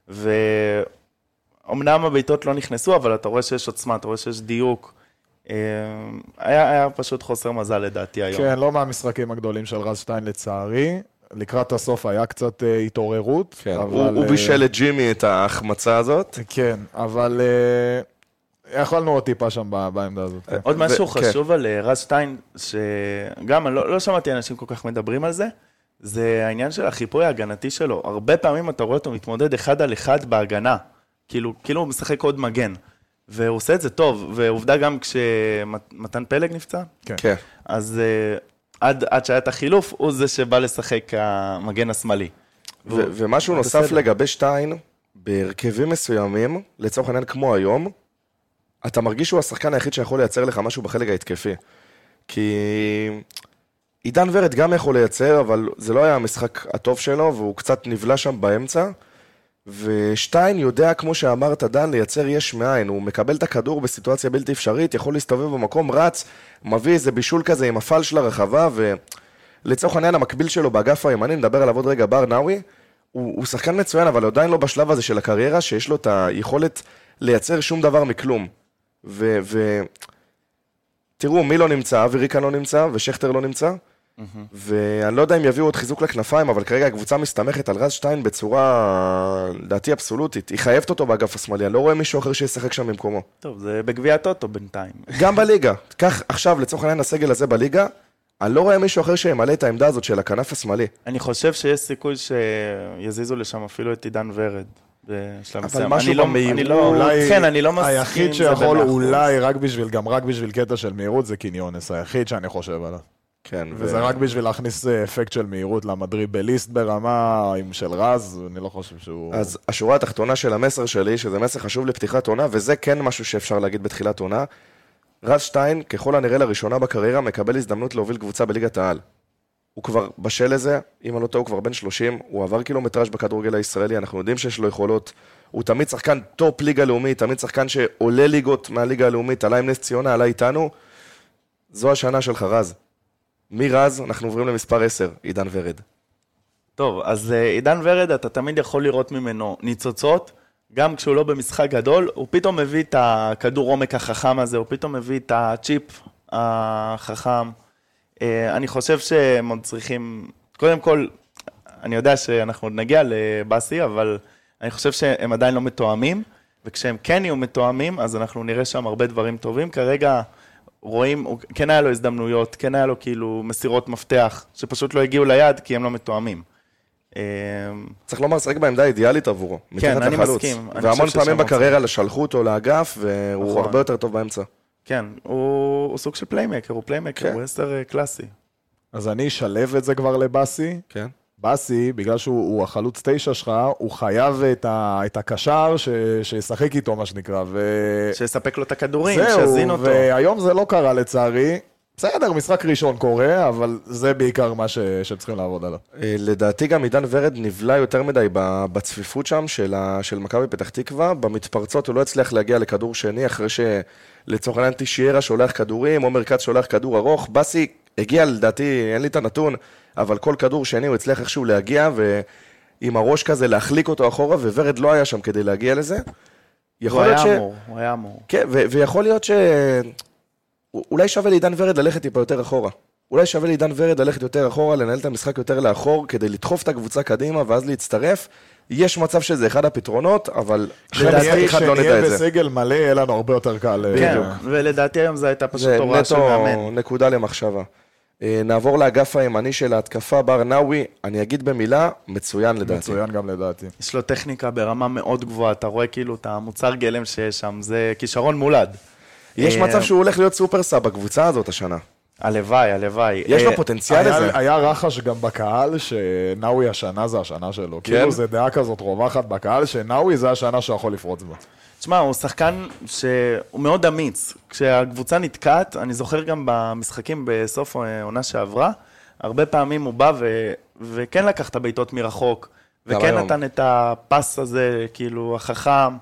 Speaker 2: ואומנם הביתות לא נכנסו, אבל אתה רואה שיש עוצמה, אתה רואה שיש דיוק. היה פשוט חוסר מזל לדעתי היום.
Speaker 3: כן, לא מהמשחקים הגדולים של רז שטיין לצערי. לקראת הסוף היה קצת התעוררות.
Speaker 1: כן, הוא בישל את ג'ימי את ההחמצה הזאת.
Speaker 3: כן, אבל יכולנו עוד טיפה שם בעמדה הזאת.
Speaker 2: עוד משהו חשוב על רז שטיין, שגם לא שמעתי אנשים כל כך מדברים על זה, זה העניין של החיפוי ההגנתי שלו. הרבה פעמים אתה רואה אותו מתמודד אחד על אחד בהגנה, כאילו הוא משחק עוד מגן, והוא עושה את זה טוב, ועובדה גם כשמתן פלג נפצע,
Speaker 1: כן.
Speaker 2: אז עד שהיה את החילוף, הוא זה שבא לשחק המגן השמאלי.
Speaker 1: ומשהו נוסף לגבי שטיין, בהרכבים מסוימים, לצורך העניין כמו היום, אתה מרגיש שהוא השחקן היחיד שיכול לייצר לך משהו בחלק ההתקפי. כי עידן ורד גם יכול לייצר, אבל זה לא היה המשחק הטוב שלו, והוא קצת נבלה שם באמצע. ושטיין יודע, כמו שאמרת דן, לייצר יש מאין. הוא מקבל את הכדור בסיטואציה בלתי אפשרית, יכול להסתובב במקום, רץ, מביא איזה בישול כזה עם הפל של הרחבה, ולצורך העניין המקביל שלו באגף הימני, נדבר עליו עוד רגע, בר נאווי, הוא שחקן מצוין, אבל עדיין לא בשלב הזה של הקריירה, שיש לו את היכולת לייצר שום דבר מכלום. תראו, מי לא נמצא, וריקן לא נמצא, ושכתר לא נמצא, ואני לא יודע אם יביאו עוד חיזוק לכנפיים, אבל כרגע הקבוצה מסתמכת על רז שטיין בצורה, לדעתי, אבסולוטית. היא חייבת אותו באגף השמאלי, אני לא רואה מישהו אחר שישחק שם במקומו.
Speaker 2: טוב, זה בגביע הטוטו בינתיים.
Speaker 1: גם בליגה. כך עכשיו, לצורך העניין הסגל הזה בליגה, אני לא רואה מישהו אחר שימלא את העמדה הזאת של הכנף השמאלי.
Speaker 2: אני חושב שיש סיכוי שיזיזו לשם אפילו את עידן ורד.
Speaker 1: אבל משהו במהירות,
Speaker 2: כן, אני לא מסכים.
Speaker 3: היחיד שיכול אולי רק בשביל קטע של מהירות זה קיניונס, היחיד שאני חושב עליו.
Speaker 1: כן.
Speaker 3: וזה רק בשביל להכניס אפקט של מהירות למדריבליסט ברמה של רז, אני לא חושב שהוא...
Speaker 1: אז השורה התחתונה של המסר שלי, שזה מסר חשוב לפתיחת עונה, וזה כן משהו שאפשר להגיד בתחילת עונה, רז שטיין, ככל הנראה לראשונה בקריירה, מקבל הזדמנות להוביל קבוצה בליגת העל. הוא כבר בשל לזה, אם אני לא טועה, הוא כבר בן 30, הוא עבר קילומטראז' בכדורגל הישראלי, אנחנו יודעים שיש לו יכולות, הוא תמיד שחקן טופ ליגה לאומית, תמיד שחקן שעולה ליגות מהליגה הלאומית, עלה עם נס ציונה, עלה איתנו, זו השנה שלך רז. מרז, אנחנו עוברים למספר 10, עידן ורד.
Speaker 2: טוב, אז עידן ורד, אתה תמיד יכול לראות ממנו ניצוצות, גם כשהוא לא במשחק גדול, הוא פתאום מביא את הכדור עומק החכם הזה, הוא פתאום מביא את הצ'יפ החכם. אני חושב שהם עוד צריכים, קודם כל, אני יודע שאנחנו עוד נגיע לבאסי, אבל אני חושב שהם עדיין לא מתואמים, וכשהם כן יהיו מתואמים, אז אנחנו נראה שם הרבה דברים טובים. כרגע רואים, כן היה לו הזדמנויות, כן היה לו כאילו מסירות מפתח, שפשוט לא הגיעו ליד כי הם לא מתואמים.
Speaker 1: צריך לומר, שחק בעמדה אידיאלית עבורו.
Speaker 2: כן, אני מסכים.
Speaker 1: והמון פעמים בקריירה שלחו אותו לאגף, והוא הרבה יותר טוב באמצע.
Speaker 2: כן, הוא סוג של פליימקר, הוא פליימקר, הוא 10 קלאסי.
Speaker 3: אז אני אשלב את זה כבר לבאסי.
Speaker 1: כן.
Speaker 3: באסי, בגלל שהוא החלוץ 9 שלך, הוא חייב את הקשר שישחק איתו, מה שנקרא.
Speaker 2: שיספק לו את הכדורים, שיזין אותו.
Speaker 3: והיום זה לא קרה לצערי. בסדר, משחק ראשון קורה, אבל זה בעיקר מה שצריכים לעבוד עליו.
Speaker 1: לדעתי גם עידן ורד נבלה יותר מדי בצפיפות שם של מכבי פתח תקווה. במתפרצות הוא לא הצליח להגיע לכדור שני, אחרי שלצורך העניין תשיירה שולח כדורים, או מרכז שולח כדור ארוך. באסי הגיע לדעתי, אין לי את הנתון, אבל כל כדור שני הוא הצליח איכשהו להגיע, ועם הראש כזה להחליק אותו אחורה, וורד לא היה שם כדי להגיע לזה.
Speaker 2: הוא היה אמור.
Speaker 1: כן, ויכול להיות אולי שווה לעידן ורד ללכת טיפה יותר אחורה. אולי שווה לעידן ורד ללכת יותר אחורה, לנהל את המשחק יותר לאחור, כדי לדחוף את הקבוצה קדימה, ואז להצטרף. יש מצב שזה אחד הפתרונות, אבל
Speaker 3: כשנהיה בסגל מלא, יהיה לנו הרבה יותר קל.
Speaker 2: כן, ולדעתי היום זו הייתה פשוט הוראה של מאמן.
Speaker 1: זה נקודה למחשבה. נעבור לאגף הימני של ההתקפה, בר נאווי, אני אגיד במילה, מצוין לדעתי.
Speaker 3: מצוין גם לדעתי.
Speaker 2: יש לו טכניקה ברמה מאוד גבוהה, אתה רואה כאילו את המוצר גלם שיש שם, זה כישרון מולד.
Speaker 1: יש מצב שהוא הולך להיות סופרסאב בקבוצה הזאת השנה.
Speaker 2: הלוואי, הלוואי.
Speaker 1: יש לו פוטנציאל לזה.
Speaker 3: היה רחש גם בקהל שנאווי השנה זה השנה שלו. כאילו זה דעה כזאת רווחת בקהל, שנאווי זה השנה שיכול לפרוץ בה.
Speaker 2: תשמע, הוא שחקן שהוא מאוד אמיץ. כשהקבוצה נתקעת, אני זוכר גם במשחקים בסוף העונה שעברה, הרבה פעמים הוא בא וכן לקח את הבעיטות מרחוק, וכן נתן את הפס הזה, כאילו, החכם,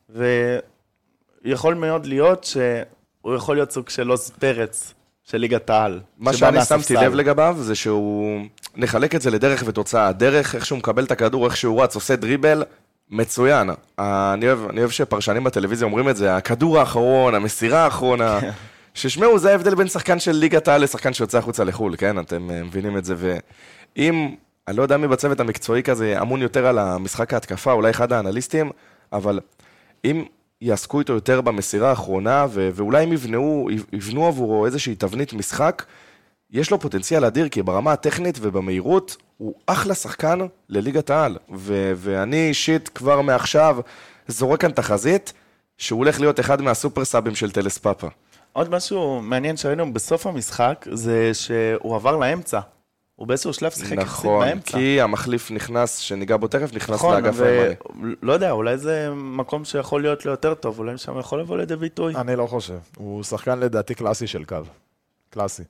Speaker 2: ויכול מאוד להיות שהוא יכול להיות סוג של לוז פרץ של ליגת העל.
Speaker 1: מה שאני שמתי לב לגביו זה שהוא נחלק את זה לדרך ותוצאה. הדרך, איך שהוא מקבל את הכדור, איך שהוא רץ, עושה דריבל, מצוין. אני אוהב שפרשנים בטלוויזיה אומרים את זה, הכדור האחרון, המסירה האחרונה, ששמעו, זה ההבדל בין שחקן של ליגת העל לשחקן שיוצא החוצה לחול, כן? אתם מבינים את זה, ואם, אני לא יודע מי בצוות המקצועי כזה אמון יותר על המשחק ההתקפה, אולי אחד האנליסטים, אבל אם יעסקו איתו יותר במסירה האחרונה, ואולי הם יבנו עבורו איזושהי תבנית משחק, יש לו פוטנציאל אדיר, כי ברמה הטכנית ובמהירות, הוא אחלה שחקן לליגת העל. ואני אישית כבר מעכשיו זורק כאן תחזית, שהוא הולך להיות אחד מהסופרסאבים של טלס פאפה.
Speaker 2: עוד משהו מעניין שראינו בסוף המשחק, זה שהוא עבר לאמצע. הוא באיזשהו שלב שיחק יחסית באמצע.
Speaker 1: נכון, כי המחליף נכנס, שניגע בו תכף, נכנס לאגף הימני.
Speaker 2: לא יודע, אולי זה מקום שיכול להיות לו יותר טוב, אולי שם יכול לבוא לידי ביטוי.
Speaker 3: אני לא חושב. הוא שחקן לדעתי קלאסי של קו. קלאסי.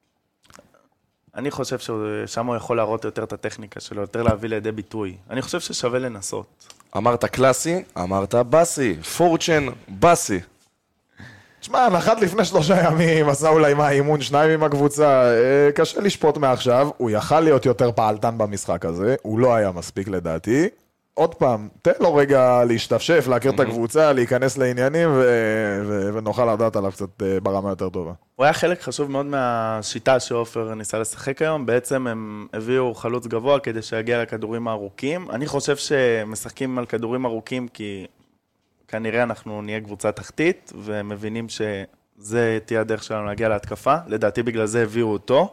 Speaker 2: אני חושב ששם הוא יכול להראות יותר את הטכניקה שלו, יותר להביא לידי ביטוי. אני חושב ששווה לנסות.
Speaker 1: אמרת קלאסי, אמרת בסי, פורצ'ן, בסי.
Speaker 3: תשמע, נחת לפני 3 ימים, עשה אולי מה אימון 2 עם הקבוצה, קשה לשפוט מעכשיו, הוא יכל להיות יותר פעלתן במשחק הזה, הוא לא היה מספיק לדעתי. עוד פעם, תן לו רגע להשתפשף, להכיר את הקבוצה, להיכנס לעניינים, ונוכל לדעת עליו קצת ברמה יותר טובה.
Speaker 2: הוא היה חלק חשוב מאוד מהשיטה שאופר ניסה לשחק היום, בעצם הם הביאו חלוץ גבוה כדי שיגיע לכדורים הארוכים. אני חושב שמשחקים על כדורים ארוכים כי כנראה אנחנו נהיה קבוצה תחתית, ומבינים שזה תהיה הדרך שלנו להגיע להתקפה. לדעתי בגלל זה הביאו אותו.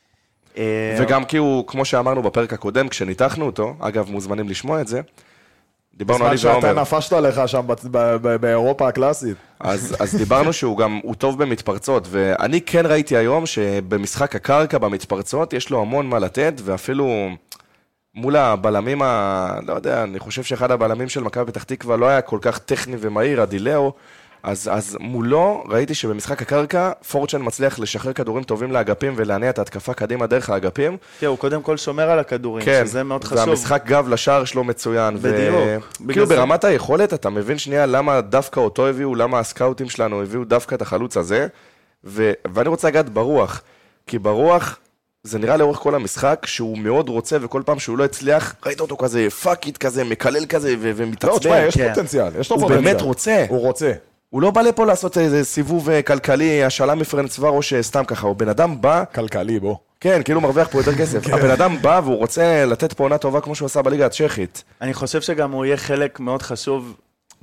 Speaker 1: וגם כי הוא, כמו שאמרנו בפרק הקודם, כשניתחנו אותו, אגב, מוזמנים לשמוע את זה, דיברנו על
Speaker 3: בזמן שאתה נפשת לך שם באירופה הקלאסית.
Speaker 1: אז דיברנו שהוא גם, הוא טוב במתפרצות, ואני כן ראיתי היום שבמשחק הקרקע במתפרצות, יש לו המון מה לתת, ואפילו מול הבלמים, לא יודע, אני חושב שאחד הבלמים של מכבי פתח תקווה לא היה כל כך טכני ומהיר, הדילאו, אז מולו ראיתי שבמשחק הקרקע, פורצ'ן מצליח לשחרר כדורים טובים לאגפים ולהניע את ההתקפה קדימה דרך האגפים.
Speaker 2: כן, הוא קודם כל שומר על הכדורים,
Speaker 1: כן,
Speaker 2: שזה מאוד חשוב.
Speaker 1: והמשחק גב לשער שלו מצוין.
Speaker 2: בדיוק.
Speaker 1: כאילו ברמת היכולת, אתה מבין שנייה למה דווקא אותו הביאו, למה הסקאוטים שלנו הביאו דווקא את החלוץ הזה, ואני רוצה לגעת ברוח, כי ברוח זה נראה לאורך כל המשחק שהוא מאוד רוצה, וכל פעם שהוא לא הצליח, ראית אותו כזה פאקיט כזה, מקלל כזה ומתעצבן.
Speaker 3: לא, תשמע, יש פוטנציאל, יש לו פוטנציאל.
Speaker 1: הוא באמת רוצה.
Speaker 3: הוא רוצה.
Speaker 1: הוא לא בא לפה לעשות איזה סיבוב כלכלי, השאלה מפרנס צוואר או שסתם ככה, הוא בן אדם בא...
Speaker 3: כלכלי, בוא.
Speaker 1: כן, כאילו מרוויח פה יותר כסף. הבן אדם בא והוא רוצה לתת פה עונה טובה כמו שהוא עשה בליגה הצ'כית.
Speaker 2: אני חושב שגם הוא יהיה חלק מאוד חשוב,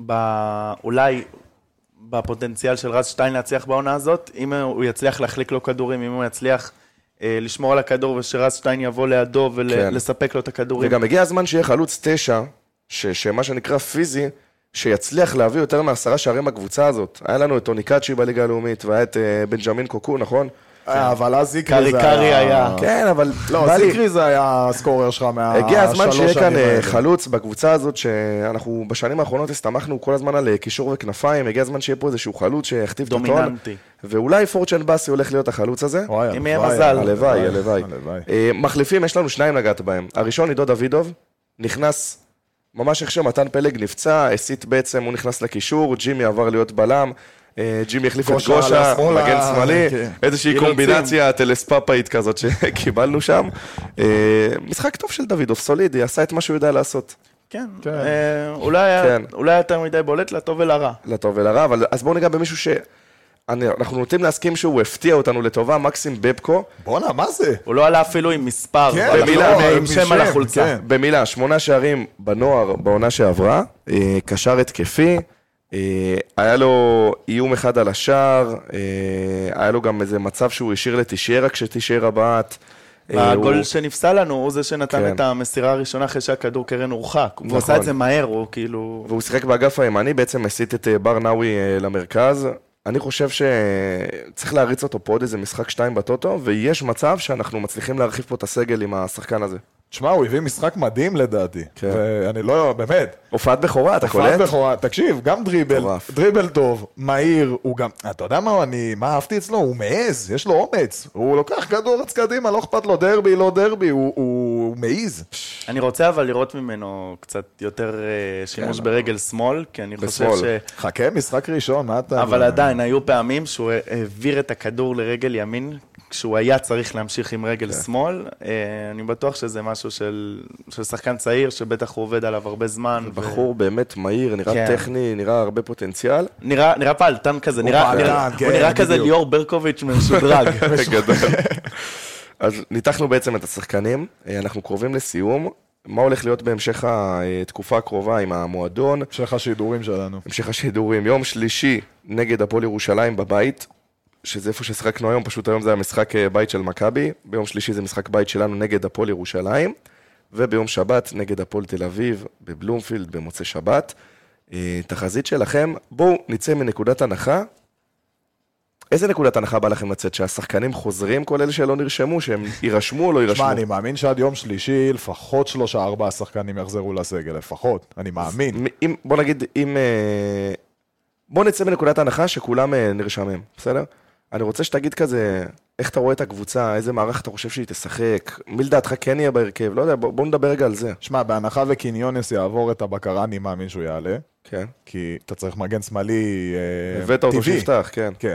Speaker 2: אולי בפוטנציאל של רז שטיין להצליח בעונה הזאת, אם הוא יצליח להחליק לו כדורים, אם הוא יצליח לשמור על הכדור ושרז שטיין יבוא לידו ולספק לו את הכדורים.
Speaker 1: וגם הגיע הזמן שיהיה חלוץ 9, שמה שנקרא פיזי, שיצליח להביא יותר מ10 שערים בקבוצה הזאת. היה לנו את טוניקאצ'י בליגה הלאומית, והיה את בנג'מין קוקו, נכון?
Speaker 3: אבל אז זיקרי זה
Speaker 2: היה...
Speaker 1: כן, אבל...
Speaker 3: לא, זיקרי זה היה הסקורר שלך מהשלוש שנים.
Speaker 1: הגיע הזמן שיהיה כאן חלוץ בקבוצה הזאת, שאנחנו בשנים האחרונות הסתמכנו כל הזמן על קישור וכנפיים, הגיע הזמן שיהיה פה איזשהו חלוץ שיכתיב את הטון.
Speaker 2: דומיננטי.
Speaker 1: ואולי פורצ'ן בסי הולך להיות החלוץ הזה.
Speaker 2: אם יהיה מזל.
Speaker 1: הלוואי, הלוואי. מחליפים, יש לנו 2 לגעת בהם. הראשון, עידו דוידוב, נכנס ממש איך שמתן פלג נפצע, הסיט בעצם, הוא נכנס לקישור, ג'ימי עבר להיות בלם, ג'ימי החליף את
Speaker 3: גושה
Speaker 1: גושה,
Speaker 3: לשמאלה,
Speaker 1: מגן שמאלי,
Speaker 3: כן.
Speaker 1: איזושהי
Speaker 2: אילוצים.
Speaker 1: קומבינציה טלספאפאית כזאת שקיבלנו שם. משחק טוב של דוידוב, סולידי, עשה את מה שהוא יודע לעשות.
Speaker 2: כן,
Speaker 3: כן.
Speaker 2: אולי יותר מדי בולט לטוב ולרע.
Speaker 1: לטוב ולרע, אבל אז בואו ניגע במישהו אנחנו נוטים להסכים שהוא הפתיע אותנו לטובה, מקסים בבקו.
Speaker 3: בואנה, מה זה?
Speaker 2: הוא לא עלה אפילו עם מספר,
Speaker 3: כן,
Speaker 2: אבל
Speaker 1: במילה,
Speaker 2: אפילו עם
Speaker 3: עם
Speaker 2: שם על
Speaker 3: שם,
Speaker 2: החולצה.
Speaker 3: כן.
Speaker 1: במילה, 8 שערים בנוער בעונה שעברה, קשר התקפי, היה לו איום אחד על השער, היה לו גם איזה מצב שהוא השאיר לתשיירה כשתשיירה בעט.
Speaker 2: הגול שנפסל לנו הוא זה שנתן
Speaker 1: כן.
Speaker 2: את המסירה הראשונה אחרי שהכדור קרן הורחק. הוא
Speaker 1: נכון.
Speaker 2: עשה את זה מהר, הוא כאילו...
Speaker 1: והוא שיחק באגף הימני, בעצם הסיט את בר נאווי למרכז. אני חושב שצריך להריץ אותו פה עוד איזה משחק 2 בטוטו, ויש מצב שאנחנו מצליחים להרחיב פה את הסגל עם השחקן הזה.
Speaker 3: תשמע, הוא הביא משחק מדהים לדעתי.
Speaker 1: כן.
Speaker 3: ואני לא, באמת.
Speaker 1: הופעת בכורה, אתה
Speaker 3: הופעת
Speaker 1: קולט?
Speaker 3: בכורה, תקשיב, גם
Speaker 1: מטורף.
Speaker 3: דריבל טוב, מהיר, הוא גם, אתה יודע מה אהבתי אצלו? הוא מעז, יש לו אומץ, הוא לוקח כדור רץ קדימה, לא אכפת לו דרבי, לא דרבי, הוא מעז.
Speaker 2: אני רוצה אבל לראות ממנו קצת יותר שימוש ברגל שמאל, כי אני חושב
Speaker 1: בשמאל.
Speaker 3: חכה, משחק ראשון, מה אתה...
Speaker 2: אבל עדיין, היו פעמים שהוא העביר את הכדור לרגל ימין, כשהוא היה צריך להמשיך עם רגל שמאל. אני בטוח שזה משהו של שחקן צעיר, שבטח הוא עובד עליו הרבה זמן.
Speaker 1: בחור באמת מהיר, נראה
Speaker 2: כן.
Speaker 1: טכני, נראה הרבה פוטנציאל.
Speaker 2: נראה פעלתן כזה, הוא נראה כזה
Speaker 3: בדיוק.
Speaker 2: ליאור ברקוביץ' משודרג.
Speaker 1: גדול. אז ניתחנו בעצם את השחקנים, אנחנו קרובים לסיום. מה הולך להיות בהמשך התקופה הקרובה עם המועדון?
Speaker 3: המשך השידורים שלנו.
Speaker 1: המשך השידורים, יום שלישי נגד הפועל ירושלים בבית, שזה איפה ששחקנו היום, פשוט היום זה המשחק בית של מכבי, ביום שלישי זה משחק בית שלנו נגד הפועל ירושלים, וביום שבת נגד הפועל תל אביב, בבלומפילד, במוצאי שבת. תחזית שלכם, בואו נצא מנקודת הנחה. איזה נקודת הנחה בא לכם לצאת? שהשחקנים חוזרים, כל אלה שלא נרשמו, שהם יירשמו או לא יירשמו?
Speaker 3: שמע, אני מאמין שעד יום שלישי לפחות 3-4 שחקנים יחזרו לסגל, לפחות, אני מאמין.
Speaker 1: בוא נגיד, בוא נצא מנקודת ההנחה שכולם נרשמים, בסדר? אני רוצה שתגיד כזה, איך אתה רואה את הקבוצה, איזה מערך אתה חושב שהיא תשחק, מי לדעתך כן יהיה בהרכב, לא יודע, בוא נדבר רגע על זה.
Speaker 3: שמע, בהנחה וקיניונס יעבור את הבקרה, אני מאמין שהוא יעלה,
Speaker 1: כן.
Speaker 3: כי אתה צריך מגן שמאלי
Speaker 1: הבאת אותו
Speaker 3: טבעי.
Speaker 1: שיפתח, כן.
Speaker 3: כן.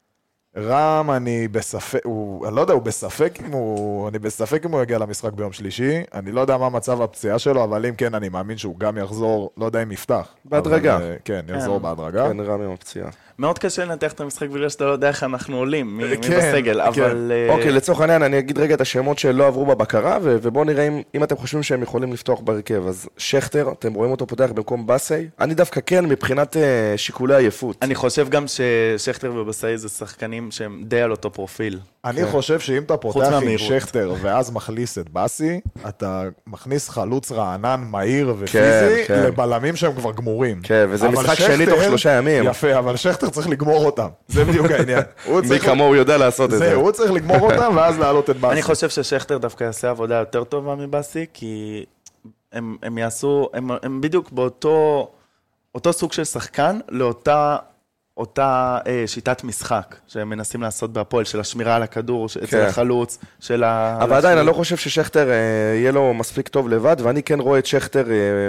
Speaker 3: רם, אני בספק, אני לא יודע, אני בספק אם הוא יגיע למשחק ביום שלישי, אני לא יודע מה מצב הפציעה שלו, אבל אם כן, אני מאמין שהוא גם יחזור, לא יודע אם יפתח.
Speaker 1: בהדרגה.
Speaker 3: אבל, כן, יחזור בהדרגה.
Speaker 1: כן, רם עם הפציעה.
Speaker 2: מאוד קשה לנתח את המשחק בגלל שאתה לא יודע איך אנחנו עולים, מי
Speaker 3: כן,
Speaker 2: בסגל,
Speaker 3: כן.
Speaker 2: אבל...
Speaker 1: אוקיי, לצורך העניין, אני אגיד רגע את השמות שלא עברו בבקרה, ובואו נראה אם אתם חושבים שהם יכולים לפתוח בהרכב. אז שכטר, אתם רואים אותו פותח במקום בסי? אני דווקא כן, מבחינת שיקולי עייפות.
Speaker 2: אני חושב גם ששכטר ובסאי זה שחקנים שהם די על אותו פרופיל.
Speaker 3: אני חושב שאם אתה פותח עם
Speaker 2: מהמהירות.
Speaker 3: שכטר ואז מכניס את בסי, אתה מכניס חלוץ רענן, מהיר ופיזי,
Speaker 1: כן.
Speaker 3: לבלמים שהם כבר גמורים.
Speaker 1: כן, וזה
Speaker 3: אבל
Speaker 1: משחק שני תוך 3 ימים.
Speaker 3: יפה, אבל שכטר צריך לגמור אותם. זה בדיוק העניין.
Speaker 1: מי כמוהו יודע לעשות את זה.
Speaker 3: הוא צריך לגמור אותם ואז להעלות את בסי.
Speaker 2: אני חושב ששכטר דווקא יעשה עבודה יותר טובה מבאסי, כי הם יעשו, הם בדיוק באותו סוג של שחקן, אותה שיטת משחק שהם מנסים לעשות בהפועל, של השמירה על הכדור, אצל החלוץ, של ה...
Speaker 1: אבל עדיין, אני לא חושב ששכטר יהיה לו מספיק טוב לבד, ואני כן רואה את שכטר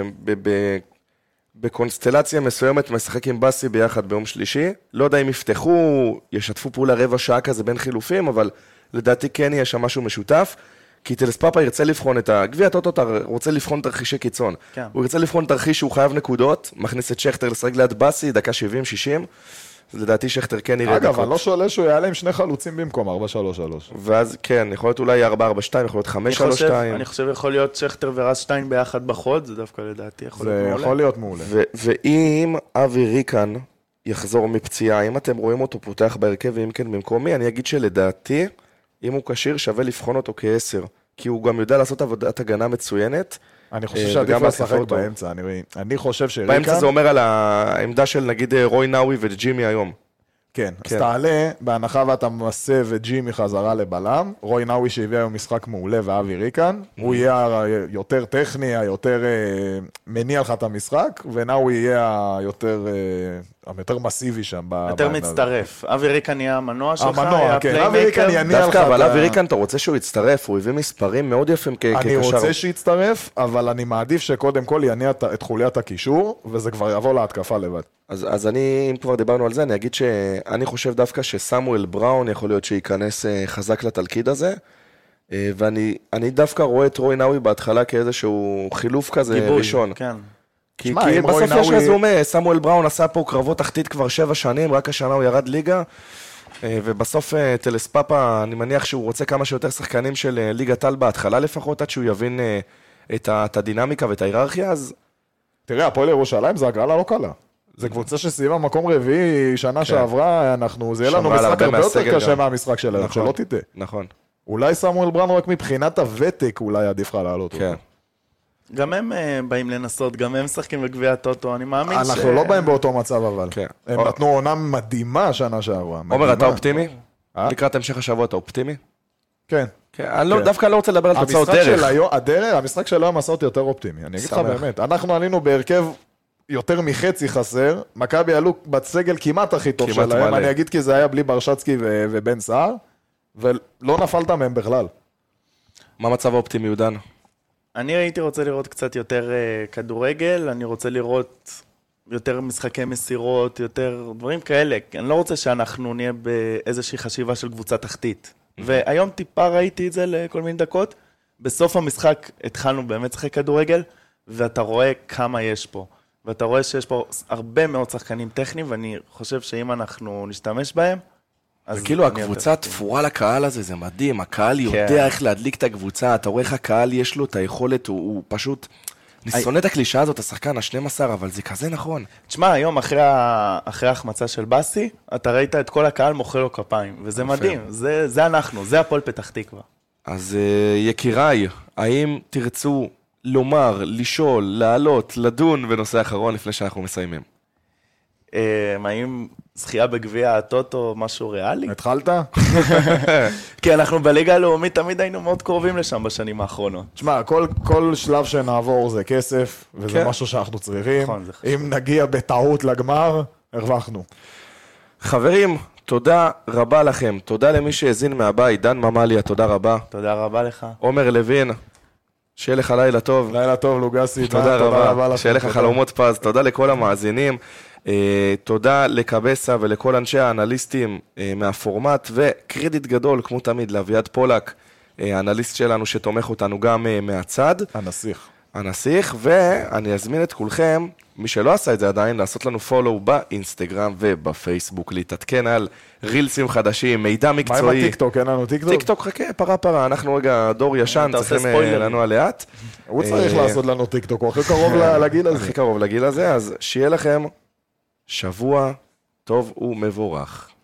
Speaker 1: בקונסטלציה מסוימת, משחק עם בסי ביחד ביום שלישי. לא יודע אם יפתחו, ישתפו פעולה רבע שעה כזה בין חילופים, אבל לדעתי כן יהיה שם משהו משותף, כי טלספאפה ירצה לבחון את הגביע הטוטו, אתה רוצה לבחון תרחישי קיצון.
Speaker 2: כן.
Speaker 1: הוא ירצה לבחון תרחיש שהוא חייב נקודות, מכניס את שכטר לשחק ליד בסי, דקה 70-60, לדעתי שכטר כן יראה דקות.
Speaker 3: אגב, אני לא שואל שהוא יעלה עם 2 חלוצים במקום 4-3-3.
Speaker 1: ואז כן, יכול להיות אולי 4-4-2, יכול להיות 5-3-2.
Speaker 2: אני חושב יכול להיות שכטר ורז שטיין ביחד בחוד, זה דווקא לדעתי יכול להיות
Speaker 3: זה
Speaker 2: מעולה.
Speaker 3: יכול להיות מעולה.
Speaker 1: ואם אבי ריקן יחזור מפציעה, אם אתם רואים אותו פותח בהרכב, ואם כן במקומי, אני אגיד שלדעתי, אם הוא כשיר, שווה לבחון אותו כ10, כי הוא גם יודע לעשות עבודת הגנה מצוינת.
Speaker 3: אני חושב שעדיף לשחק באמצע, אני חושב שריקן...
Speaker 1: באמצע זה אומר על העמדה של נגיד רוי נאווי וג'ימי היום.
Speaker 3: כן, אז תעלה, בהנחה ואתה מסב את ג'ימי חזרה לבלם, רוי נאווי שהביא היום משחק מעולה ואבי ריקן, הוא יהיה יותר טכני, היותר מניע לך את המשחק, ונאווי יהיה היותר היותר מסיבי שם.
Speaker 2: יותר מצטרף. אבי ריקן נהיה המנוע שלך,
Speaker 3: המנוע, כן, אבי ריקן יניע לך.
Speaker 1: דווקא, אבל אבי ריקן, אתה רוצה שהוא יצטרף, הוא הביא מספרים מאוד יפים כקשר.
Speaker 3: אני רוצה שיצטרף, אבל אני מעדיף שקודם כל יניע את חוליית הקישור, וזה כבר יבוא להתקפה לבד.
Speaker 1: אז אני, אם כבר דיברנו על זה, אני אגיד שאני חושב דווקא שסמואל בראון יכול להיות שייכנס חזק לתלכיד הזה, ואני דווקא רואה את רוי נאווי בהתחלה כאיזשהו חילוף כזה
Speaker 2: גיבוי,
Speaker 1: ראשון.
Speaker 2: כן.
Speaker 1: כי בסוף יש רזומה, סמואל בראון עשה פה קרבות תחתית כבר 7 שנים, רק השנה הוא ירד ליגה, ובסוף טלספאפה, אני מניח שהוא רוצה כמה שיותר שחקנים של ליגת על בהתחלה לפחות, עד שהוא יבין את הדינמיקה ואת ההיררכיה, אז...
Speaker 3: תראה, הפועל ירושלים זה הגרלה לא קלה. זה קבוצה שסיימה מקום רביעי שנה שעברה, זה יהיה לנו משחק הרבה יותר קשה מהמשחק שלנו, שלא תטעה.
Speaker 1: נכון.
Speaker 3: אולי סמואל בראון רק מבחינת הוותק אולי עדיף לך לעלות אותו.
Speaker 2: גם הם באים לנסות, גם הם משחקים בגביע הטוטו, אני מאמין
Speaker 3: אנחנו לא באים באותו מצב אבל. הם נתנו עונה מדהימה שנה שעברה.
Speaker 1: עומר, אתה אופטימי? לקראת המשך השבוע אתה אופטימי?
Speaker 3: כן.
Speaker 1: אני דווקא לא רוצה לדבר על תוצאות דרך.
Speaker 3: המשחק של היום עשה אותי יותר אופטימי, אני אגיד לך באמת. אנחנו עלינו בהרכב יותר מחצי חסר, מכבי עלו בסגל כמעט הכי טוב שלהם, אני אגיד כי זה היה בלי ברשצקי ובן סער, ולא נפלת מהם בכלל.
Speaker 1: מה מצב האופטימי, יהודן?
Speaker 2: אני הייתי רוצה לראות קצת יותר כדורגל, אני רוצה לראות יותר משחקי מסירות, יותר דברים כאלה. אני לא רוצה שאנחנו נהיה באיזושהי חשיבה של קבוצה תחתית. והיום טיפה ראיתי את זה לכל מיני דקות. בסוף המשחק התחלנו באמת לשחק כדורגל, ואתה רואה כמה יש פה. ואתה רואה שיש פה הרבה מאוד שחקנים טכניים, ואני חושב שאם אנחנו נשתמש בהם,
Speaker 1: וכאילו הקבוצה תפורה לקהל הזה, זה מדהים, הקהל יודע איך להדליק את הקבוצה, אתה רואה איך הקהל יש לו את היכולת, הוא פשוט, אני שונא את הקלישה הזאת, השחקן ה-12, אבל זה כזה נכון.
Speaker 2: תשמע, היום אחרי ההחמצה של בסי, אתה ראית את כל הקהל מוחא לו כפיים, וזה מדהים, זה אנחנו, זה הפועל פתח תקווה.
Speaker 1: אז יקיריי, האם תרצו לומר, לשאול, לעלות, לדון בנושא האחרון לפני שאנחנו מסיימים?
Speaker 2: האם זכייה בגביע הטוטו משהו ריאלי?
Speaker 3: התחלת?
Speaker 2: כי אנחנו בליגה הלאומית תמיד היינו מאוד קרובים לשם בשנים האחרונות.
Speaker 3: תשמע, כל שלב שנעבור זה כסף, וזה משהו שאנחנו צריכים. אם נגיע בטעות לגמר, הרווחנו.
Speaker 1: חברים, תודה רבה לכם. תודה למי שהזין מהבית. דן ממליה, תודה רבה.
Speaker 2: תודה רבה לך.
Speaker 1: עומר לוין, שיהיה לך לילה טוב.
Speaker 3: לילה טוב, לוגסי.
Speaker 1: תודה רבה. שיהיה לך חלומות פז. תודה לכל המאזינים. תודה לקבסה ולכל אנשי האנליסטים מהפורמט, וקרדיט גדול, כמו תמיד, לאביעד פולק, האנליסט שלנו שתומך אותנו גם מהצד. הנסיך, ואני אזמין את כולכם, מי שלא עשה את זה עדיין, לעשות לנו פולו באינסטגרם ובפייסבוק, להתעדכן על רילסים חדשים, מידע מקצועי.
Speaker 3: מה עם הטיקטוק? אין לנו טיקטוק?
Speaker 1: טיקטוק, חכה, פרה, אנחנו רגע דור ישן, צריכים לנוע לאט.
Speaker 3: הוא צריך לעשות לנו טיקטוק, הוא הכי קרוב לגיל הזה.
Speaker 1: הכי קרוב לגיל הזה, אז שיהיה לכם שבוע טוב ומבורך.